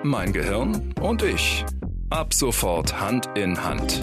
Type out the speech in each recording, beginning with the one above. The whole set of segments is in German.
Mein Gehirn und ich. Ab sofort Hand in Hand.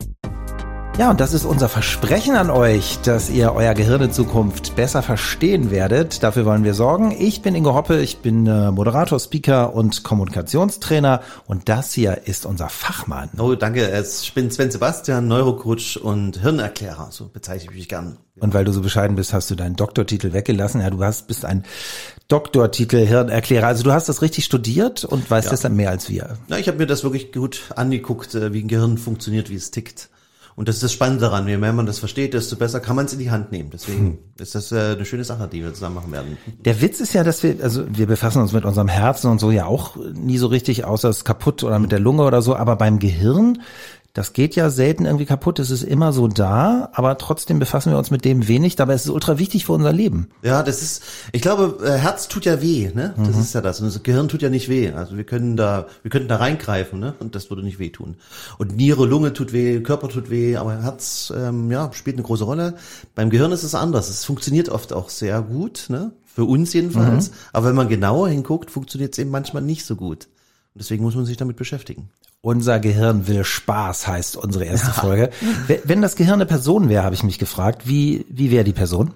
Ja, und das ist unser Versprechen an euch, dass ihr euer Gehirn in Zukunft besser verstehen werdet. Dafür wollen wir sorgen. Ich bin Ingo Hoppe, ich bin Moderator, Speaker und Kommunikationstrainer und das hier ist unser Fachmann. Oh, danke. Ich bin Sven Sebastian, Neurocoach und Hirnerklärer, so bezeichne ich mich gern. Und weil du so bescheiden bist, hast du deinen Doktortitel weggelassen. Ja, bist ein Doktortitel Hirnerklärer. Also du hast das richtig studiert und weißt deshalb mehr als wir. Ja, ich habe mir das wirklich gut angeguckt, wie ein Gehirn funktioniert, wie es tickt. Und das ist das Spannende daran. Je mehr man das versteht, desto besser kann man es in die Hand nehmen. Deswegen ist das eine schöne Sache, die wir zusammen machen werden. Der Witz ist ja, dass wir befassen uns mit unserem Herzen und so ja auch nie so richtig, außer es ist kaputt oder mit der Lunge oder so. Aber beim Gehirn, das geht ja selten irgendwie kaputt. Es ist immer so da, aber trotzdem befassen wir uns mit dem wenig. Dabei ist es ultra wichtig für unser Leben. Ja, ich glaube, Herz tut ja weh, ne? Das ist ja das. Und das Gehirn tut ja nicht weh. Also wir könnten da reingreifen, ne? Und das würde nicht wehtun. Und Niere, Lunge tut weh, Körper tut weh, aber Herz, spielt eine große Rolle. Beim Gehirn ist es anders. Es funktioniert oft auch sehr gut, ne? Für uns jedenfalls. Aber wenn man genauer hinguckt, funktioniert es eben manchmal nicht so gut. Und deswegen muss man sich damit beschäftigen. Unser Gehirn will Spaß, heißt unsere erste Folge. Wenn das Gehirn eine Person wäre, habe ich mich gefragt, wie wäre die Person?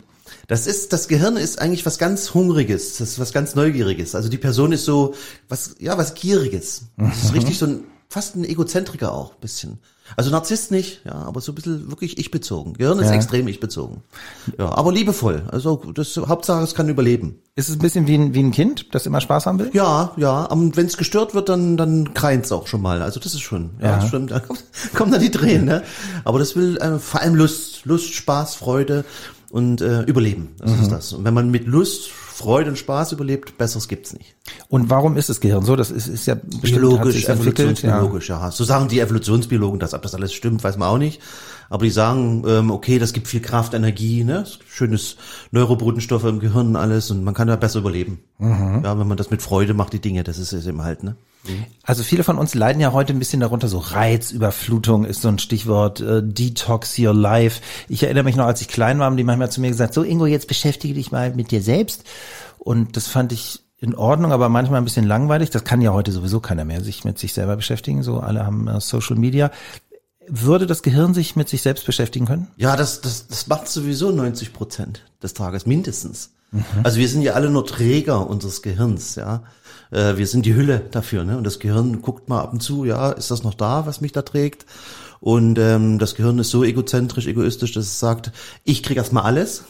Das Gehirn ist eigentlich was ganz Hungriges, das ist was ganz Neugieriges. Also die Person ist so was Gieriges. Das ist richtig fast ein Egozentriker auch, ein bisschen. Also Narzisst nicht, ja, aber so ein bisschen wirklich ich-bezogen. Gehirn ist extrem ich-bezogen. Ja, aber liebevoll. Also Hauptsache, es kann überleben. Ist es ein bisschen wie ein Kind, das immer Spaß haben will? Ja. Und wenn es gestört wird, dann kreint es auch schon mal. Also das ist schon, das stimmt. Da kommen dann die Tränen, ne? Aber das will vor allem Lust, Spaß, Freude und Überleben. Das ist das. Und wenn man mit Lust, Freude und Spaß überlebt, Besseres gibt's nicht. Und warum ist das Gehirn so? Das ist ja biologisch, evolutionsbiologisch, ja. So sagen die Evolutionsbiologen das. Ob das alles stimmt, weiß man auch nicht. Aber die sagen, okay, das gibt viel Kraft, Energie, ne? Schönes Neurobotenstoffe im Gehirn und alles und man kann da besser überleben. Ja, wenn man das mit Freude macht, die Dinge, das ist es eben halt, ne? Also viele von uns leiden ja heute ein bisschen darunter, so Reizüberflutung ist so ein Stichwort, Detox your life. Ich erinnere mich noch, als ich klein war, haben die manchmal zu mir gesagt, so Ingo, jetzt beschäftige dich mal mit dir selbst. Und das fand ich in Ordnung, aber manchmal ein bisschen langweilig. Das kann ja heute sowieso keiner mehr, sich mit sich selber beschäftigen. So alle haben Social Media. Würde das Gehirn sich mit sich selbst beschäftigen können? Ja, das macht sowieso 90% des Tages, mindestens. Also wir sind ja alle nur Träger unseres Gehirns, ja. Wir sind die Hülle dafür, ne? Und das Gehirn guckt mal ab und zu, ja, ist das noch da, was mich da trägt? Und das Gehirn ist so egozentrisch, egoistisch, dass es sagt, ich krieg erstmal alles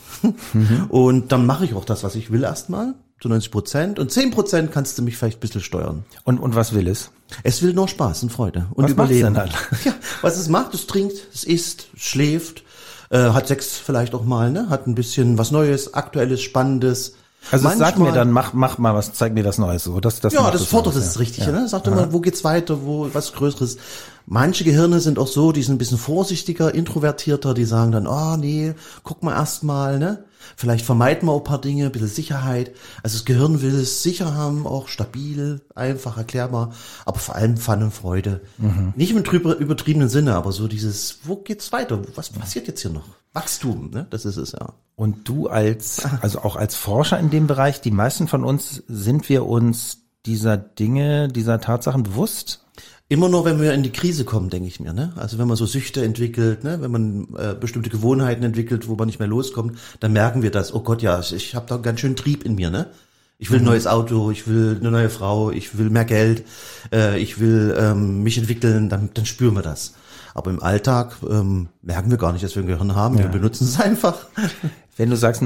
und dann mache ich auch das, was ich will erstmal, zu 90%. Und 10% kannst du mich vielleicht ein bisschen steuern. Und was will es? Es will nur Spaß und Freude und was Überleben. Macht's denn dann? Ja, was es macht, es trinkt, es isst, es schläft, hat Sex vielleicht auch mal, ne? Hat ein bisschen was Neues, Aktuelles, Spannendes. Also sag mir dann, mach mal was, zeig mir was Neues. So, das fordert es richtig, ne? Sagt immer, wo geht's weiter, wo was Größeres. Manche Gehirne sind auch so, die sind ein bisschen vorsichtiger, introvertierter, die sagen dann, oh nee, guck mal erst mal, ne? Vielleicht vermeiden wir auch ein paar Dinge, ein bisschen Sicherheit. Also das Gehirn will es sicher haben, auch stabil, einfach, erklärbar, aber vor allem Fun und Freude. Nicht im übertriebenen Sinne, aber so dieses, wo geht's weiter? Was passiert jetzt hier noch? Wachstum, ne? Das ist es, ja. Und du auch als Forscher in dem Bereich, die meisten von uns, sind wir uns dieser Tatsachen bewusst? Immer nur, wenn wir in die Krise kommen, denke ich mir, ne? Also wenn man so Süchte entwickelt, ne? Wenn man bestimmte Gewohnheiten entwickelt, wo man nicht mehr loskommt, dann merken wir das. Oh Gott, ja, ich habe da einen ganz schönen Trieb in mir, ne? Ich will ein neues Auto, ich will eine neue Frau, ich will mehr Geld, ich will mich entwickeln, dann spüren wir das. Aber im Alltag merken wir gar nicht, dass wir ein Gehirn haben. Wir benutzen es einfach. Wenn du sagst,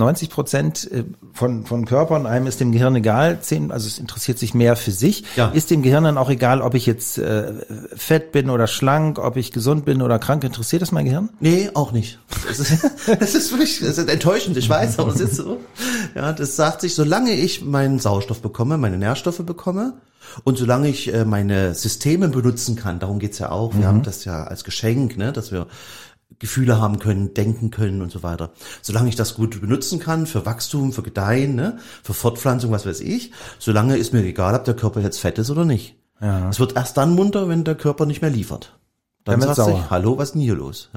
90% von Körper und einem ist dem Gehirn egal, also es interessiert sich mehr für sich, ist dem Gehirn dann auch egal, ob ich jetzt fett bin oder schlank, ob ich gesund bin oder krank, interessiert das mein Gehirn? Nee, auch nicht. Das ist wirklich, das ist enttäuschend, ich weiß, aber es ist so. Ja, das sagt sich, solange ich meinen Sauerstoff bekomme, meine Nährstoffe bekomme und solange ich meine Systeme benutzen kann, darum geht's ja auch, wir haben das ja als Geschenk, ne, dass wir Gefühle haben können, denken können und so weiter. Solange ich das gut benutzen kann für Wachstum, für Gedeihen, ne, für Fortpflanzung, was weiß ich, solange ist mir egal, ob der Körper jetzt fett ist oder nicht. Ja. Es wird erst dann munter, wenn der Körper nicht mehr liefert. Dann sagt sich, hallo, was ist denn hier los?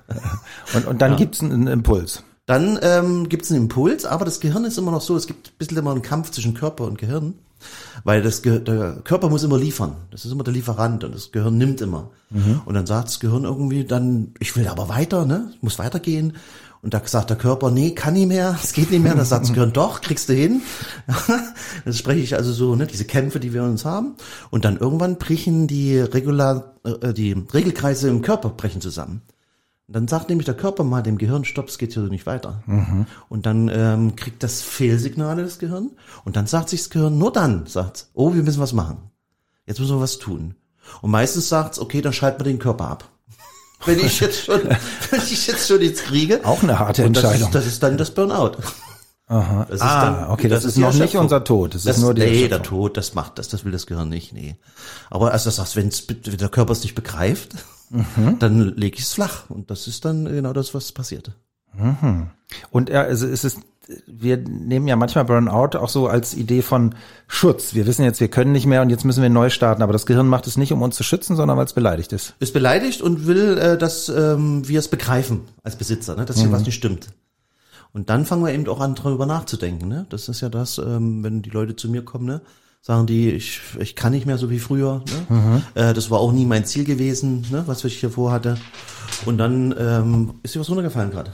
Ja. Und dann gibt's einen Impuls. Dann gibt's einen Impuls, aber das Gehirn ist immer noch so, es gibt ein bisschen immer einen Kampf zwischen Körper und Gehirn. Weil der Körper muss immer liefern. Das ist immer der Lieferant und das Gehirn nimmt immer. Und dann sagt das Gehirn irgendwie dann, ich will aber weiter, ne? Ich muss weitergehen. Und da sagt der Körper, nee, kann nicht mehr, es geht nicht mehr. Das sagt das Gehirn, doch, kriegst du hin. Das spreche ich also so, ne, diese Kämpfe, die wir in uns haben. Und dann irgendwann brechen die Regelkreise im Körper brechen zusammen. Und dann sagt nämlich der Körper mal dem Gehirn, stopp, es geht hier nicht weiter. Und dann kriegt das Fehlsignale das Gehirn. Und dann sagt sich das Gehirn, nur dann sagt, oh, wir müssen was machen. Jetzt müssen wir was tun. Und meistens sagt es, okay, dann schalten wir den Körper ab. Wenn ich jetzt schon nichts kriege. Auch eine harte Entscheidung. Das ist dann das Burnout. Aha. Das ist noch nicht unser Tod. Das ist nur der Tod, das will das Gehirn nicht, nee. Aber also das heißt, wenn der Körper es nicht begreift, dann lege ich es flach. Und das ist dann genau das, was passiert. Und also wir nehmen ja manchmal Burnout auch so als Idee von Schutz. Wir wissen jetzt, wir können nicht mehr und jetzt müssen wir neu starten. Aber das Gehirn macht es nicht, um uns zu schützen, sondern weil es beleidigt ist. Ist beleidigt und will, dass wir es begreifen als Besitzer, ne? Dass hier was nicht stimmt. Und dann fangen wir eben auch an, darüber nachzudenken. Ne? Das ist ja das, wenn die Leute zu mir kommen, ne? Sagen die, ich kann nicht mehr so wie früher. Ne? Das war auch nie mein Ziel gewesen, ne? Was ich hier vorhatte. Und dann ist dir was runtergefallen gerade.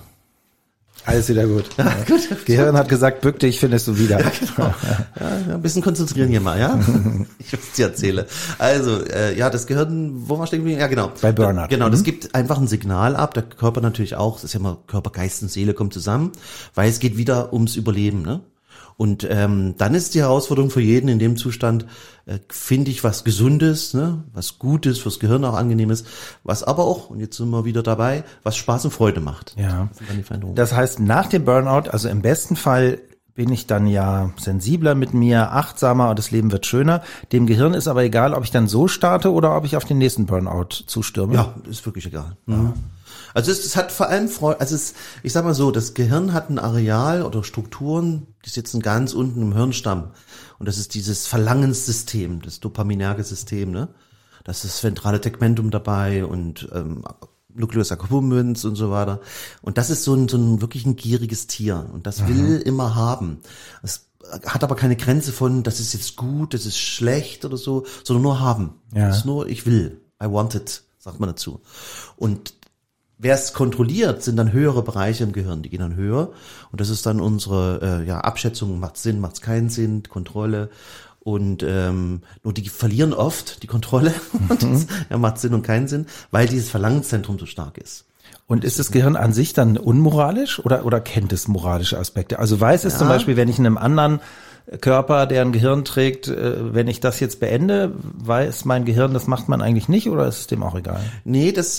Alles wieder gut. Ja, gut. Gehirn hat gesagt, bück dich, findest du wieder. Ja, genau. Ja, ein bisschen konzentrieren hier mal, ja? Ich es dir erzähle. Also, das Gehirn, wo wir stehen geblieben? Ja, genau. Bei Burnout. Genau, das gibt einfach ein Signal ab, der Körper natürlich auch, das ist ja immer Körper, Geist und Seele kommen zusammen, weil es geht wieder ums Überleben, ne? Und dann ist die Herausforderung für jeden in dem Zustand, finde ich was Gesundes, ne, was Gutes, fürs Gehirn auch angenehm ist, was aber auch, und jetzt sind wir wieder dabei, was Spaß und Freude macht. Ja. Das heißt, nach dem Burnout, also im besten Fall bin ich dann ja sensibler mit mir, achtsamer und das Leben wird schöner. Dem Gehirn ist aber egal, ob ich dann so starte oder ob ich auf den nächsten Burnout zustürme. Ja, ist wirklich egal. Ja. Also es hat vor allem ich sag mal so, das Gehirn hat ein Areal oder Strukturen, die sitzen ganz unten im Hirnstamm. Und das ist dieses Verlangenssystem, das dopaminerge System, ne? Das ist das ventrale Tegmentum dabei und Nucleus accumbens und so weiter. Und das ist so ein wirklich ein gieriges Tier. Und das will immer haben. Es hat aber keine Grenze von, das ist jetzt gut, das ist schlecht oder so, sondern nur haben. Ja. Das ist nur, ich will. I want it, sagt man dazu. Und wer es kontrolliert, sind dann höhere Bereiche im Gehirn, die gehen dann höher und das ist dann unsere Abschätzung, macht's Sinn, macht's keinen Sinn, Kontrolle und nur die verlieren oft die Kontrolle, macht Sinn und keinen Sinn, weil dieses Verlangenszentrum so stark ist. Und ist das Gehirn an sich dann unmoralisch oder kennt es moralische Aspekte? Also weiß es zum Beispiel, wenn ich in einem anderen Körper, der ein Gehirn trägt, wenn ich das jetzt beende, weiß mein Gehirn, das macht man eigentlich nicht oder ist es dem auch egal? Nee, das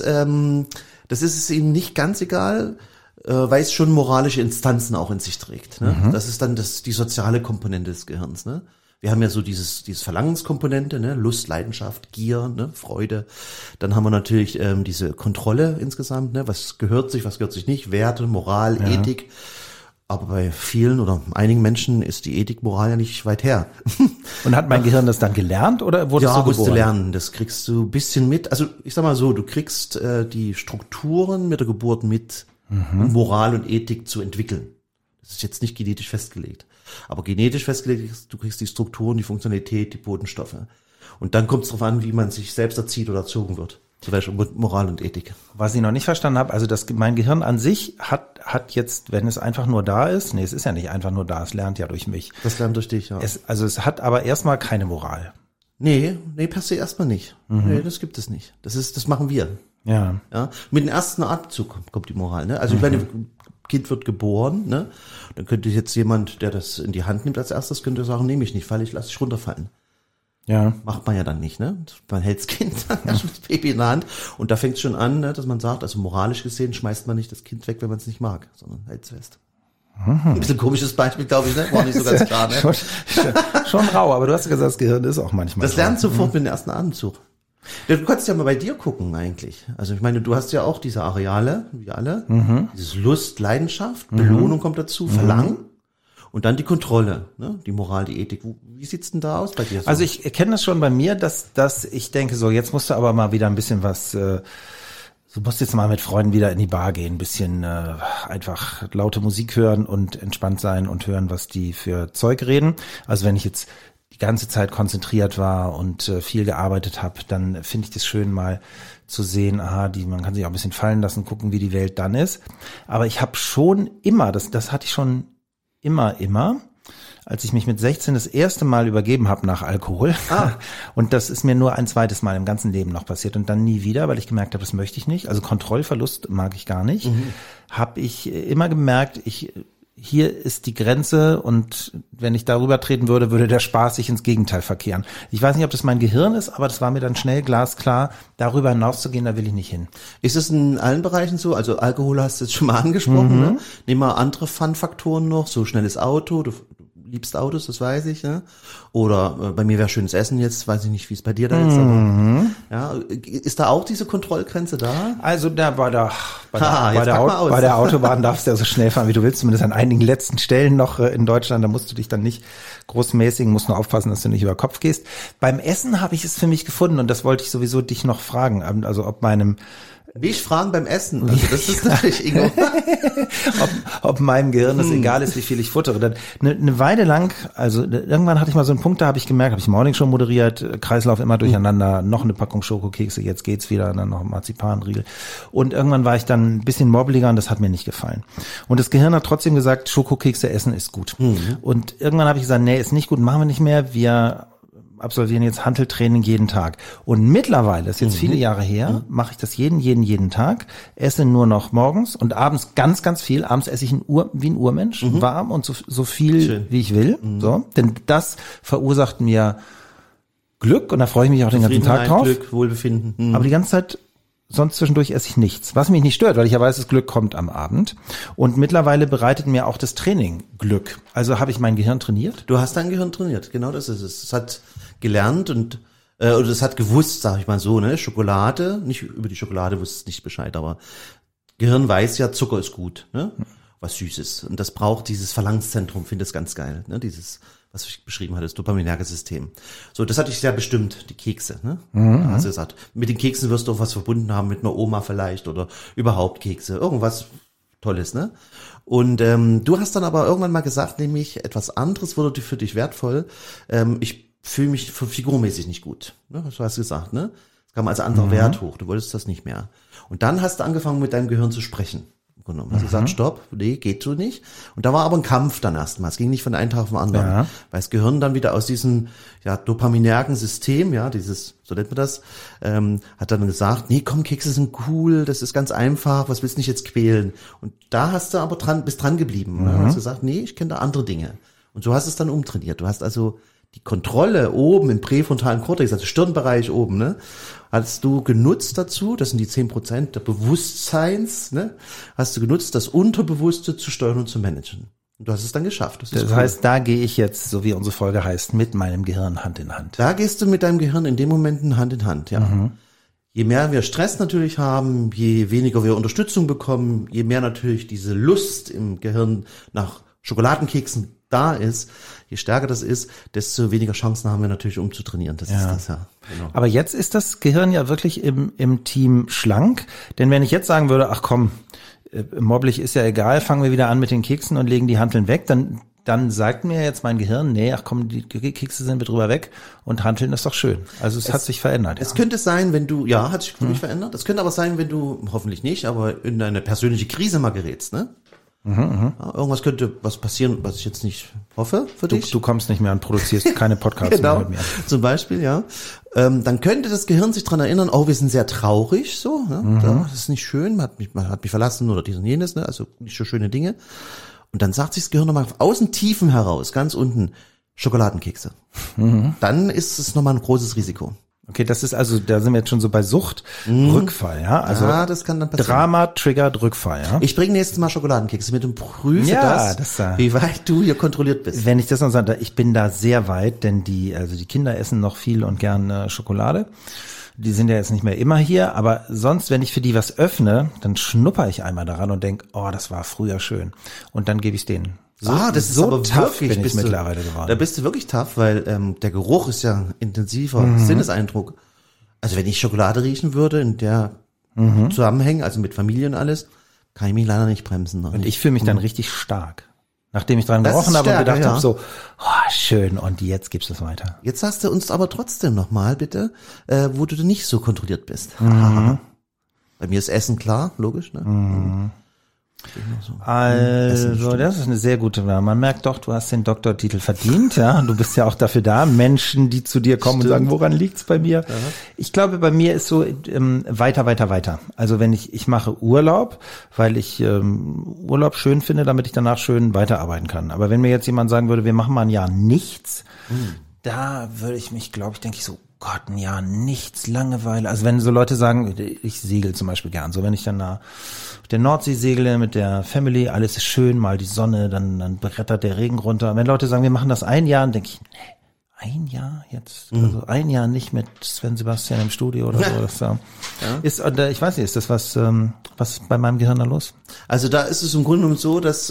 ist es ihm nicht ganz egal, weil es schon moralische Instanzen auch in sich trägt. Ne? Das ist dann die soziale Komponente des Gehirns. Ne? Wir haben ja so dieses Verlangenskomponente, ne? Lust, Leidenschaft, Gier, ne? Freude. Dann haben wir natürlich diese Kontrolle insgesamt, ne? Was gehört sich nicht, Werte, Moral, Ethik. Aber bei vielen oder einigen Menschen ist die Ethik, Moral ja nicht weit her. Und hat mein Gehirn das dann gelernt oder wurde es so geboren? Ja, musst du lernen. Das kriegst du ein bisschen mit. Also ich sag mal so, du kriegst die Strukturen mit der Geburt mit, um Moral und Ethik zu entwickeln. Das ist jetzt nicht genetisch festgelegt. Aber genetisch festgelegt ist, du kriegst die Strukturen, die Funktionalität, die Botenstoffe. Und dann kommt es darauf an, wie man sich selbst erzieht oder erzogen wird. Zum Beispiel Moral und Ethik. Was ich noch nicht verstanden habe, also mein Gehirn an sich hat jetzt, wenn es einfach nur da ist, es ist ja nicht einfach nur da, es lernt ja durch mich. Das lernt durch dich, ja. Es hat aber erstmal keine Moral. Nee, per se erstmal nicht. Nee, das gibt es nicht. Das machen wir. Ja. Mit dem ersten Atemzug kommt die Moral, ne? Also wenn ein Kind wird geboren, ne? Dann könnte jetzt jemand, der das in die Hand nimmt als erstes, könnte sagen, nehme ich nicht, weil ich lasse dich runterfallen. Ja. Macht man ja dann nicht, ne? Man hält das Kind dann schon das Baby in der Hand und da fängt es schon an, ne, dass man sagt, also moralisch gesehen schmeißt man nicht das Kind weg, wenn man es nicht mag, sondern hält es fest. Ein bisschen komisches Beispiel, glaube ich, ne? War nicht so ganz klar, ne? schon rau, aber du hast gesagt, das Gehirn ist auch manchmal das lernt sofort mit dem ersten Atemzug. Du kannst ja mal bei dir gucken eigentlich. Also ich meine, du hast ja auch diese Areale, wie alle. Dieses Lust, Leidenschaft, Belohnung kommt dazu, Verlangen. Und dann die Kontrolle, ne? Die Moral, die Ethik. Wie sieht's denn da aus bei dir? So? Also ich kenne das schon bei mir, dass ich denke, so jetzt musst du aber mal wieder ein bisschen was, du musst jetzt mal mit Freunden wieder in die Bar gehen, ein bisschen einfach laute Musik hören und entspannt sein und hören, was die für Zeug reden. Also wenn ich jetzt die ganze Zeit konzentriert war und viel gearbeitet habe, dann finde ich das schön mal zu sehen, man kann sich auch ein bisschen fallen lassen, gucken, wie die Welt dann ist. Aber ich habe schon immer, das hatte ich schon immer, als ich mich mit 16 das erste Mal übergeben habe nach Alkohol. Und das ist mir nur ein zweites Mal im ganzen Leben noch passiert und dann nie wieder, weil ich gemerkt habe, das möchte ich nicht. Also Kontrollverlust mag ich gar nicht. Habe ich immer gemerkt, hier ist die Grenze und wenn ich darüber treten würde, würde der Spaß sich ins Gegenteil verkehren. Ich weiß nicht, ob das mein Gehirn ist, aber das war mir dann schnell glasklar, darüber hinauszugehen, da will ich nicht hin. Ist es in allen Bereichen so? Also Alkohol hast du jetzt schon mal angesprochen. Ne? Nehmen wir andere Fun-Faktoren noch, so schnelles Auto, du liebst Autos, das weiß ich. Ne? Oder bei mir wäre schönes Essen jetzt, weiß ich nicht, wie es bei dir da ist. Aber, ja, ist da auch diese Kontrollgrenze da? Also da bei der Autobahn darfst du ja so schnell fahren, wie du willst, zumindest an einigen letzten Stellen noch in Deutschland, da musst du dich dann nicht großmäßigen, musst nur aufpassen, dass du nicht über Kopf gehst. Beim Essen habe ich es für mich gefunden und das wollte ich sowieso dich noch fragen, also ob Mich fragen beim Essen, also das ist natürlich Ingo. ob meinem Gehirn es egal ist, wie viel ich futtere. Dann eine Weile lang, also irgendwann hatte ich mal so einen Punkt, da habe ich gemerkt, habe ich Morning Show moderiert, Kreislauf immer durcheinander, noch eine Packung Schokokekse, jetzt geht's wieder, und dann noch ein Marzipanriegel. Und irgendwann war ich dann ein bisschen mobbeliger und das hat mir nicht gefallen. Und das Gehirn hat trotzdem gesagt, Schokokekse essen ist gut. Und irgendwann habe ich gesagt, nee, ist nicht gut, machen wir nicht mehr, wir absolvieren jetzt Hanteltraining jeden Tag. Und mittlerweile, das ist jetzt viele Jahre her, mache ich das jeden Tag, esse nur noch morgens und abends ganz, ganz viel. Abends esse ich wie ein Urmensch, warm und so viel, schön, wie ich will. So, denn das verursacht mir Glück und da freue ich mich auch den ganzen Tag drauf. Glück, Wohlbefinden. Aber die ganze Zeit, sonst zwischendurch esse ich nichts, was mich nicht stört, weil ich ja weiß, das Glück kommt am Abend. Und mittlerweile bereitet mir auch das Training Glück. Also habe ich mein Gehirn trainiert. Du hast dein Gehirn trainiert, genau das ist es. Es hat gelernt und oder es hat gewusst, sag ich mal so, ne, Schokolade, nicht über die Schokolade wusste es nicht Bescheid, aber Gehirn weiß ja, Zucker ist gut, ne, was Süßes. Und das braucht dieses Verlangenszentrum, finde es ganz geil, ne, dieses, was ich beschrieben hatte, das dopaminerge System. So, das hatte ich sehr bestimmt, die Kekse, ne. Also gesagt, mit den Keksen wirst du auch was verbunden haben, mit einer Oma vielleicht oder überhaupt Kekse, irgendwas Tolles, ne. Und du hast dann aber irgendwann mal gesagt, nämlich etwas anderes wurde für dich wertvoll. Ich fühle mich figurmäßig nicht gut. Ne? Du hast gesagt, ne? Es kam als anderer Wert hoch. Du wolltest das nicht mehr. Und dann hast du angefangen, mit deinem Gehirn zu sprechen. Hast du gesagt, stopp, nee, geht so nicht. Und da war aber ein Kampf dann erstmal. Es ging nicht von einem Tag auf den anderen. Ja. Weil das Gehirn dann wieder aus diesem dopaminergen System, dieses, so nennt man das, hat dann gesagt, nee, komm, Kekse sind cool, das ist ganz einfach, was willst du nicht jetzt quälen? Und da hast du aber bist dran geblieben. Ne? Hast gesagt, nee, ich kenne da andere Dinge. Und so hast du es dann umtrainiert. Du hast also die Kontrolle oben im präfrontalen Kortex, also Stirnbereich oben, ne, hast du genutzt dazu, das sind die 10% der Bewusstseins, ne, hast du genutzt, das Unterbewusste zu steuern und zu managen. Und du hast es dann geschafft. Das heißt, da gehe ich jetzt, so wie unsere Folge heißt, mit meinem Gehirn Hand in Hand. Da gehst du mit deinem Gehirn in dem Moment Hand in Hand, ja. Je mehr wir Stress natürlich haben, je weniger wir Unterstützung bekommen, je mehr natürlich diese Lust im Gehirn nach Schokoladenkeksen da ist, je stärker das ist, desto weniger Chancen haben wir natürlich, um zu trainieren. Das ist das, ja. Genau. Aber jetzt ist das Gehirn ja wirklich im Team schlank. Denn wenn ich jetzt sagen würde, ach komm, mobbelig ist ja egal, fangen wir wieder an mit den Keksen und legen die Hanteln weg, dann sagt mir jetzt mein Gehirn, nee, ach komm, die Kekse sind wir drüber weg und Hanteln ist doch schön. Also es hat sich verändert. Es könnte sein, wenn du, hat sich wirklich verändert. Es könnte aber sein, wenn du, hoffentlich nicht, aber in eine persönliche Krise mal gerätst, ne? Ja, irgendwas könnte was passieren, was ich jetzt nicht hoffe für dich. Du kommst nicht mehr und produzierst keine Podcasts genau, mehr mit mir. Zum Beispiel, ja. Dann könnte das Gehirn sich dran erinnern, wir sind sehr traurig, so, ne? Das ist nicht schön, man hat mich verlassen oder dies und jenes, ne? Also nicht so schöne Dinge. Und dann sagt sich das Gehirn nochmal aus den Tiefen heraus, ganz unten, Schokoladenkekse. Dann ist es nochmal ein großes Risiko. Okay, das ist also, da sind wir jetzt schon so bei Sucht, Rückfall, ja? Also das kann dann passieren. Drama triggert Rückfall, ja? Ich bringe nächstes Mal Schokoladenkekse mit und prüfe wie weit du hier kontrolliert bist. Wenn ich das noch sage, ich bin da sehr weit, denn die Kinder essen noch viel und gern Schokolade. Die sind ja jetzt nicht mehr immer hier, aber sonst, wenn ich für die was öffne, dann schnupper ich einmal daran und denk, das war früher schön. Und dann gebe ich denen. Das ist so aber tough, wirklich, bin ich mittlerweile geworden. Da bist du wirklich tough, weil der Geruch ist ja intensiver Sinneseindruck. Also wenn ich Schokolade riechen würde, in der Zusammenhängen, also mit Familie und alles, kann ich mich leider nicht bremsen. Und ich fühle mich dann richtig stark. Nachdem ich dran Das gerochen ist habe und stärker, gedacht ja. habe, so, schön, und jetzt gibst du es weiter. Jetzt sagst du uns aber trotzdem nochmal bitte, wo du nicht so kontrolliert bist. Bei mir ist Essen klar, logisch, ne? Also, das ist eine sehr gute Frage. Man merkt doch, du hast den Doktortitel verdient, ja. Und du bist ja auch dafür da, Menschen, die zu dir kommen und sagen, woran liegt's bei mir? Ja. Ich glaube, bei mir ist so weiter. Also wenn ich mache Urlaub, weil ich Urlaub schön finde, damit ich danach schön weiterarbeiten kann. Aber wenn mir jetzt jemand sagen würde, wir machen mal ein Jahr nichts, da würde ich mich, denke ich so, Gott, ein Jahr nichts, Langeweile. Also wenn so Leute sagen, ich segel zum Beispiel gern, so wenn ich dann auf der Nordsee segle mit der Family, alles ist schön, mal die Sonne, dann brettert der Regen runter. Wenn Leute sagen, wir machen das ein Jahr, dann denke ich, nee, ein Jahr jetzt? Also ein Jahr nicht mit Sven Sebastian im Studio oder so. Das ist, ich weiß nicht, ist das was bei meinem Gehirn da los? Also da ist es im Grunde genommen so, dass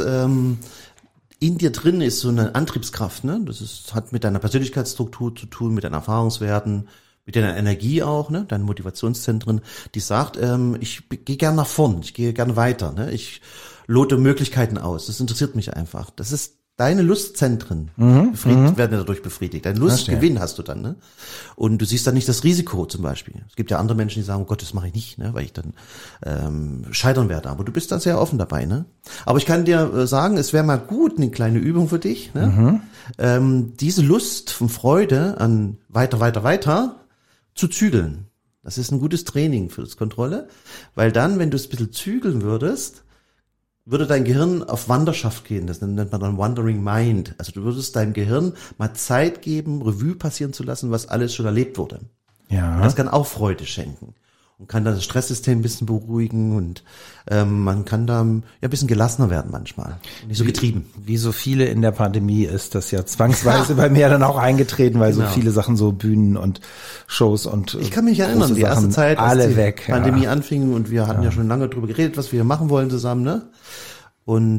in dir drin ist so eine Antriebskraft, ne? Hat mit deiner Persönlichkeitsstruktur zu tun, mit deinen Erfahrungswerten, mit deiner Energie auch, ne? Deine Motivationszentren, die sagt, ich gehe gern nach vorn, ich gehe gern weiter, ne? Ich lote Möglichkeiten aus, das interessiert mich einfach. Das ist deine Lustzentren werden dadurch befriedigt. Dein Lustgewinn hast du dann, ne? Und du siehst dann nicht das Risiko zum Beispiel. Es gibt ja andere Menschen, die sagen, oh Gott, das mache ich nicht, ne? Weil ich dann scheitern werde. Aber du bist da sehr offen dabei, ne? Aber ich kann dir sagen, es wäre mal gut, eine kleine Übung für dich, ne? Diese Lust und Freude an weiter zu zügeln. Das ist ein gutes Training für das Kontrolle, weil dann, wenn du es ein bisschen zügeln würdest, würde dein Gehirn auf Wanderschaft gehen. Das nennt man dann Wandering Mind. Also du würdest deinem Gehirn mal Zeit geben, Revue passieren zu lassen, was alles schon erlebt wurde. Ja. Und das kann auch Freude schenken. Und kann dann das Stresssystem ein bisschen beruhigen und man kann da ein bisschen gelassener werden manchmal. Nicht so getrieben. Wie so viele in der Pandemie ist das ja zwangsweise bei mir dann auch eingetreten, weil so viele Sachen, so Bühnen und Shows und ich kann mich erinnern, die erste Zeit, als die Pandemie anfing und wir hatten ja schon lange drüber geredet, was wir hier machen wollen zusammen, ne? Und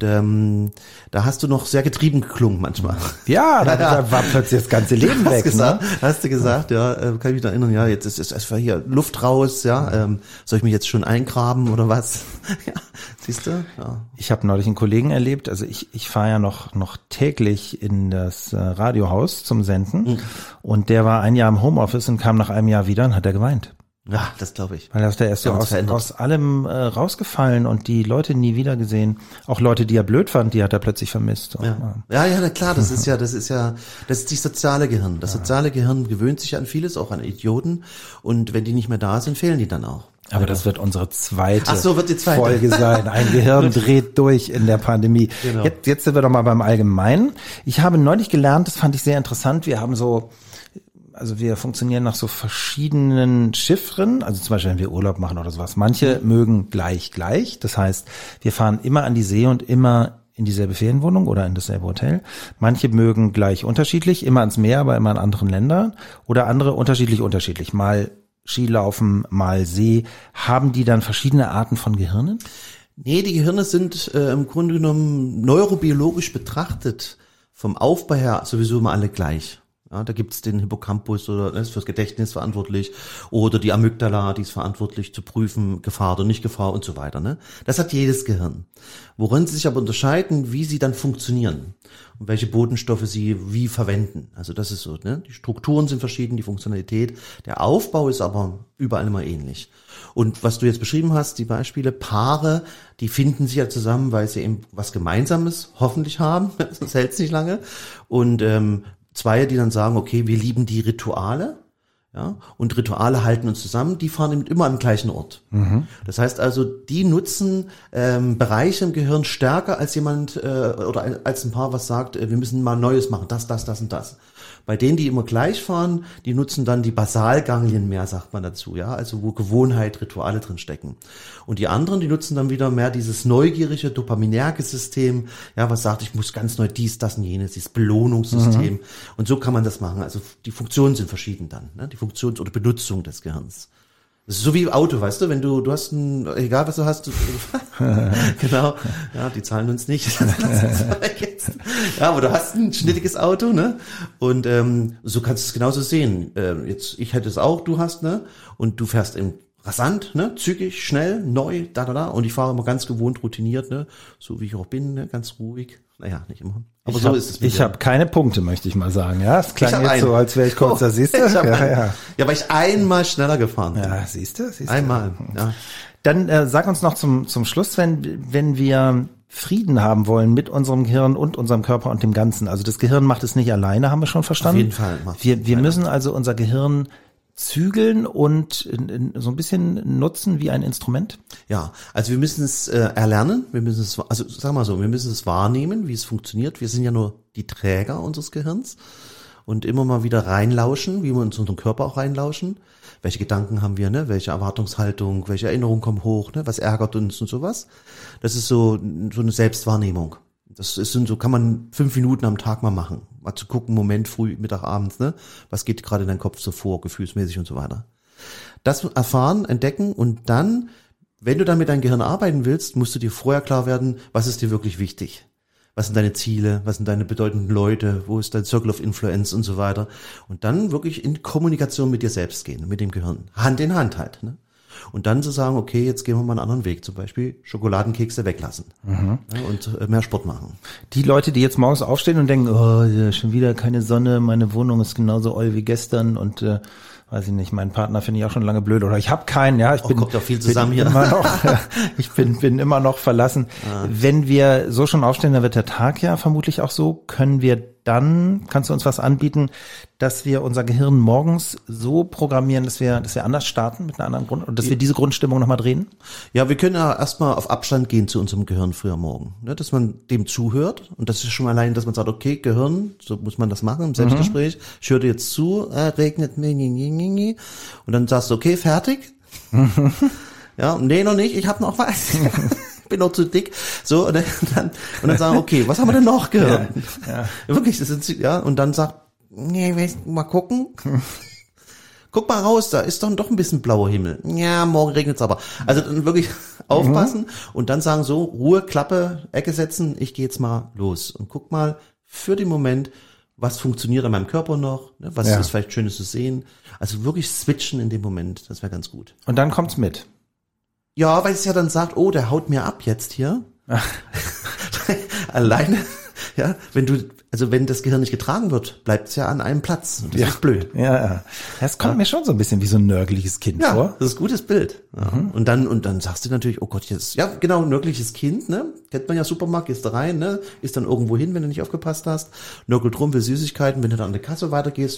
da hast du noch sehr getrieben geklungen manchmal. Ja, da war plötzlich das ganze Leben weg. Hast du gesagt, ja, kann ich mich da erinnern, ja, jetzt ist hier Luft raus, ja, soll ich mich jetzt schon eingraben oder was? Ja, siehst du? Ja. Ich habe neulich einen Kollegen erlebt, also ich fahre ja noch täglich in das Radiohaus zum Senden und der war ein Jahr im Homeoffice und kam nach einem Jahr wieder und hat er geweint. Ja, das glaube ich. Weil er ist so aus allem rausgefallen und die Leute nie wieder gesehen. Auch Leute, die er blöd fand, die hat er plötzlich vermisst. Ja, klar, das ist die soziale Gehirn. Das soziale Gehirn gewöhnt sich an vieles, auch an Idioten. Und wenn die nicht mehr da sind, fehlen die dann auch. Aber das wird unsere zweite wird die zweite Folge sein. Ein Gehirn dreht durch in der Pandemie. Genau. Jetzt sind wir doch mal beim Allgemeinen. Ich habe neulich gelernt, das fand ich sehr interessant, wir funktionieren nach so verschiedenen Chiffren, also zum Beispiel, wenn wir Urlaub machen oder sowas. Manche mögen gleich. Das heißt, wir fahren immer an die See und immer in dieselbe Ferienwohnung oder in dasselbe Hotel. Manche mögen gleich unterschiedlich, immer ans Meer, aber immer in anderen Ländern. Oder andere unterschiedlich. Mal Skilaufen, mal See. Haben die dann verschiedene Arten von Gehirnen? Nee, die Gehirne sind im Grunde genommen neurobiologisch betrachtet vom Aufbau her sowieso immer alle gleich. Ja, da gibt's den Hippocampus, oder ist fürs Gedächtnis verantwortlich, oder die Amygdala, die ist verantwortlich zu prüfen, Gefahr oder nicht Gefahr und so weiter. Ne? Das hat jedes Gehirn. Worin sie sich aber unterscheiden, wie sie dann funktionieren und welche Botenstoffe sie wie verwenden. Also das ist so, ne? Die Strukturen sind verschieden, die Funktionalität, der Aufbau ist aber überall immer ähnlich. Und was du jetzt beschrieben hast, die Beispiele, Paare, die finden sich ja zusammen, weil sie eben was Gemeinsames hoffentlich haben, sonst hält's nicht lange. Und Zwei, die dann sagen, okay, wir lieben die Rituale, ja, und Rituale halten uns zusammen, die fahren eben immer am gleichen Ort. Das heißt also, die nutzen Bereiche im Gehirn stärker als jemand oder als ein Paar, was sagt, wir müssen mal Neues machen, das und das. Bei denen, die immer gleich fahren, die nutzen dann die Basalganglien mehr, sagt man dazu, ja, also wo Gewohnheit, Rituale drin stecken. Und die anderen, die nutzen dann wieder mehr dieses neugierige, dopaminerge System, ja, was sagt, ich muss ganz neu dies, das und jenes, dieses Belohnungssystem. Und so kann man das machen. Also die Funktionen sind verschieden dann, ne? Die Funktions- oder Benutzung des Gehirns. Das ist so wie im Auto, weißt du, wenn du hast egal was du hast, genau, ja, die zahlen uns nicht, ja, aber du hast ein schnittiges Auto, ne, und so kannst du es genauso sehen, jetzt, ich hätte es auch, du hast, ne, und du fährst eben rasant, ne, zügig, schnell, neu, und ich fahre immer ganz gewohnt, routiniert, ne, so wie ich auch bin, ne, ganz ruhig. Naja, nicht immer. Aber so ist es. Ich habe keine Punkte, möchte ich mal sagen. Ja, es klang jetzt so, als wäre ich kurzer, siehst du? Ja, weil ich einmal schneller gefahren bin. Ja, siehst du? Einmal, ja. Dann sag uns noch zum Schluss, wenn wir Frieden haben wollen mit unserem Gehirn und unserem Körper und dem Ganzen. Also das Gehirn macht es nicht alleine, haben wir schon verstanden. Auf jeden Fall. Wir müssen also unser Gehirn zügeln und so ein bisschen nutzen wie ein Instrument? Ja, also wir müssen es erlernen, wir müssen es, also sagen wir mal so, wir müssen es wahrnehmen, wie es funktioniert. Wir sind ja nur die Träger unseres Gehirns und immer mal wieder reinlauschen, wie wir in unseren Körper auch reinlauschen. Welche Gedanken haben wir, ne? Welche Erwartungshaltung, welche Erinnerungen kommen hoch, ne? Was ärgert uns und sowas. Das ist so eine Selbstwahrnehmung. Das ist so, kann man 5 Minuten am Tag mal machen. Mal zu gucken, Moment, früh, Mittag, abends, ne? Was geht gerade in deinem Kopf so vor, gefühlsmäßig und so weiter. Das erfahren, entdecken und dann, wenn du dann mit deinem Gehirn arbeiten willst, musst du dir vorher klar werden, was ist dir wirklich wichtig? Was sind deine Ziele? Was sind deine bedeutenden Leute? Wo ist dein Circle of Influence und so weiter? Und dann wirklich in Kommunikation mit dir selbst gehen, mit dem Gehirn. Hand in Hand halt, ne? Und dann zu sagen, okay, jetzt gehen wir mal einen anderen Weg, zum Beispiel Schokoladenkekse weglassen und mehr Sport machen. Die Leute, die jetzt morgens aufstehen und denken, oh, ja, schon wieder keine Sonne, meine Wohnung ist genauso oll wie gestern und weiß ich nicht, meinen Partner finde ich auch schon lange blöd oder ich habe keinen, ja, kommt doch viel zusammen hier. Immer noch, ich bin immer noch verlassen. Wenn wir so schon aufstehen, dann wird der Tag ja vermutlich auch so, kannst du uns was anbieten, dass wir unser Gehirn morgens so programmieren, dass wir anders starten mit einer anderen Grund und dass wir diese Grundstimmung nochmal drehen? Ja, wir können ja erstmal auf Abstand gehen zu unserem Gehirn früher morgen, ne, dass man dem zuhört und das ist schon allein, dass man sagt, okay, Gehirn, so muss man das machen im Selbstgespräch, ich höre dir jetzt zu, regnet mir, und dann sagst du, okay, fertig? Ja, nee, noch nicht, ich habe noch was. Bin noch zu dick. So, und dann sagen, okay, was haben wir denn noch gehört? Ja. Wirklich, das ist, ja, und dann sagt, nee, mal gucken. Guck mal raus, da ist doch ein bisschen blauer Himmel. Ja, morgen regnet's aber. Also dann wirklich aufpassen und dann sagen so, Ruhe, Klappe, Ecke setzen, ich gehe jetzt mal los. Und guck mal für den Moment, was funktioniert an meinem Körper noch, ne, was ist vielleicht Schönes zu sehen. Also wirklich switchen in dem Moment, das wäre ganz gut. Und dann kommt's mit. Ja, weil es ja dann sagt, oh, der haut mir ab jetzt hier. Alleine, ja, wenn das Gehirn nicht getragen wird, bleibt es ja an einem Platz. Und das ist blöd. Ja. Das kommt mir schon so ein bisschen wie so ein nörgeliges Kind vor. Ja, das ist ein gutes Bild. Ja. Und dann sagst du natürlich, oh Gott, jetzt, ja, genau, ein nörgeliges Kind, ne? Kennt man ja, Supermarkt, gehst da rein, ne? Ist dann irgendwo hin, wenn du nicht aufgepasst hast. Nörgelt rum, will Süßigkeiten, wenn du dann an der Kasse weitergehst,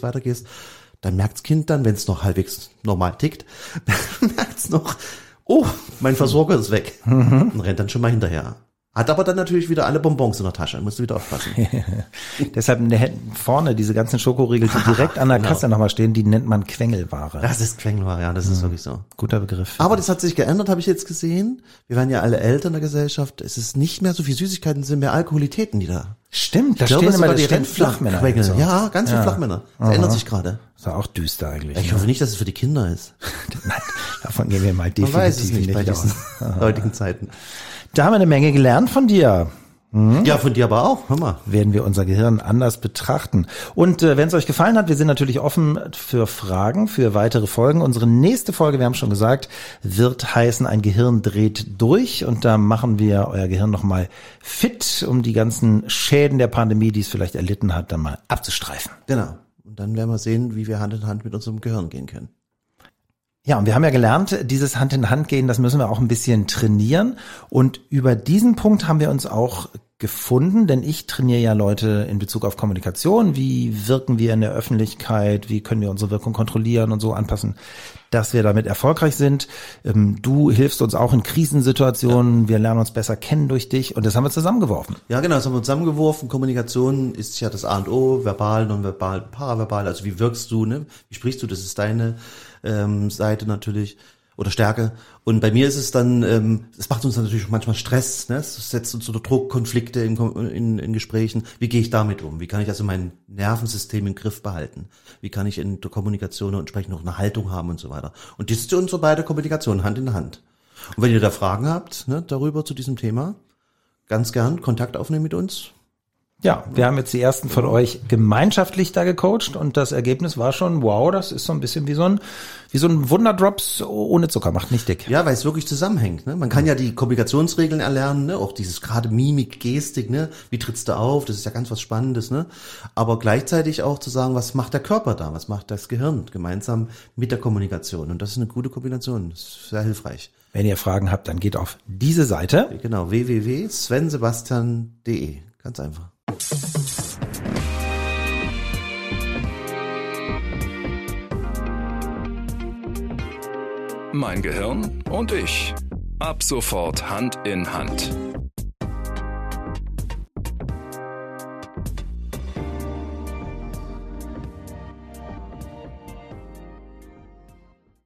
dann merkt's Kind dann, wenn es noch halbwegs normal tickt, dann merkt's noch, oh, mein Versorger ist weg. Und rennt dann schon mal hinterher. Hat aber dann natürlich wieder alle Bonbons in der Tasche. Musst du wieder aufpassen. Deshalb vorne diese ganzen Schokoriegel, die direkt an der Kasse nochmal stehen, die nennt man Quengelware. Das ist Quengelware, ja, das ist wirklich so. Guter Begriff. Aber das hat sich geändert, habe ich jetzt gesehen. Wir werden ja alle älter in der Gesellschaft. Es ist nicht mehr so viel Süßigkeiten, es sind mehr Alkoholitäten, die da. Stimmt, da stehen immer die Flachmänner. Ja, ganz viele Flachmänner. Das ändert sich gerade. Ist ja auch düster eigentlich. Ich hoffe nicht, dass es für die Kinder ist. Nein, davon gehen wir mal definitiv Man weiß es nicht bei diesen heutigen Zeiten. Da haben wir eine Menge gelernt von dir. Ja, von dir aber auch. Hör mal. Werden wir unser Gehirn anders betrachten. Und wenn es euch gefallen hat, wir sind natürlich offen für Fragen, für weitere Folgen. Unsere nächste Folge, wir haben schon gesagt, wird heißen, ein Gehirn dreht durch. Und da machen wir euer Gehirn nochmal fit, um die ganzen Schäden der Pandemie, die es vielleicht erlitten hat, dann mal abzustreifen. Genau. Und dann werden wir sehen, wie wir Hand in Hand mit unserem Gehirn gehen können. Ja, und wir haben ja gelernt, dieses Hand in Hand gehen, das müssen wir auch ein bisschen trainieren. Und über diesen Punkt haben wir uns auch gefunden, denn ich trainiere ja Leute in Bezug auf Kommunikation. Wie wirken wir in der Öffentlichkeit? Wie können wir unsere Wirkung kontrollieren und so anpassen, dass wir damit erfolgreich sind? Du hilfst uns auch in Krisensituationen. Ja. Wir lernen uns besser kennen durch dich und das haben wir zusammengeworfen. Ja, genau, das haben wir zusammengeworfen. Kommunikation ist ja das A und O, verbal, nonverbal, paraverbal. Also wie wirkst du, ne? Wie sprichst du? Das ist deine Seite natürlich. Oder Stärke. Und bei mir ist es dann, es macht uns natürlich manchmal Stress, ne? Es setzt uns unter Druck, Konflikte in Gesprächen. Wie gehe ich damit um? Wie kann ich also mein Nervensystem im Griff behalten? Wie kann ich in der Kommunikation entsprechend noch eine Haltung haben und so weiter? Und das ist unsere beide Kommunikation, Hand in Hand. Und wenn ihr da Fragen habt, ne, darüber zu diesem Thema, ganz gern Kontakt aufnehmen mit uns. Ja, wir haben jetzt die ersten von euch gemeinschaftlich da gecoacht und das Ergebnis war schon, wow, das ist so ein bisschen wie so ein Wunderdrops ohne Zucker, macht nicht dick. Ja, weil es wirklich zusammenhängt. Ne? Man kann ja die Kommunikationsregeln erlernen, ne? Auch dieses gerade Mimik, Gestik, ne? Wie trittst du auf? Das ist ja ganz was Spannendes, ne? Aber gleichzeitig auch zu sagen, was macht der Körper da? Was macht das Gehirn gemeinsam mit der Kommunikation? Und das ist eine gute Kombination. Das ist sehr hilfreich. Wenn ihr Fragen habt, dann geht auf diese Seite. Genau, www.svensebastian.de. Ganz einfach. Mein Gehirn und ich. Ab sofort Hand in Hand.